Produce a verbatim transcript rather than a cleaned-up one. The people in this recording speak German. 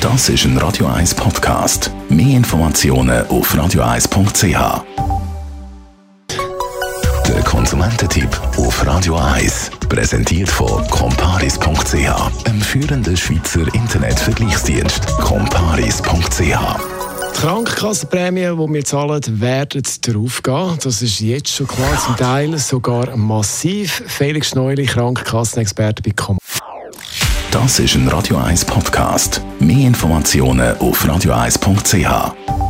Das ist ein Radio eins Podcast. Mehr Informationen auf radio eins punkt c h. Der Konsumententipp auf Radio eins. Präsentiert von comparis punkt c h, einem führenden Schweizer Internetvergleichsdienst. comparis punkt c h. Die Krankenkassenprämien, die wir zahlen, werden darauf gehen. Das ist jetzt schon klar, zum Teil sogar massiv. Felix Schneuli, Krankenkassenexperte bei Com. Das ist ein Radio eins Podcast. Mehr Informationen auf radio eins punkt c h.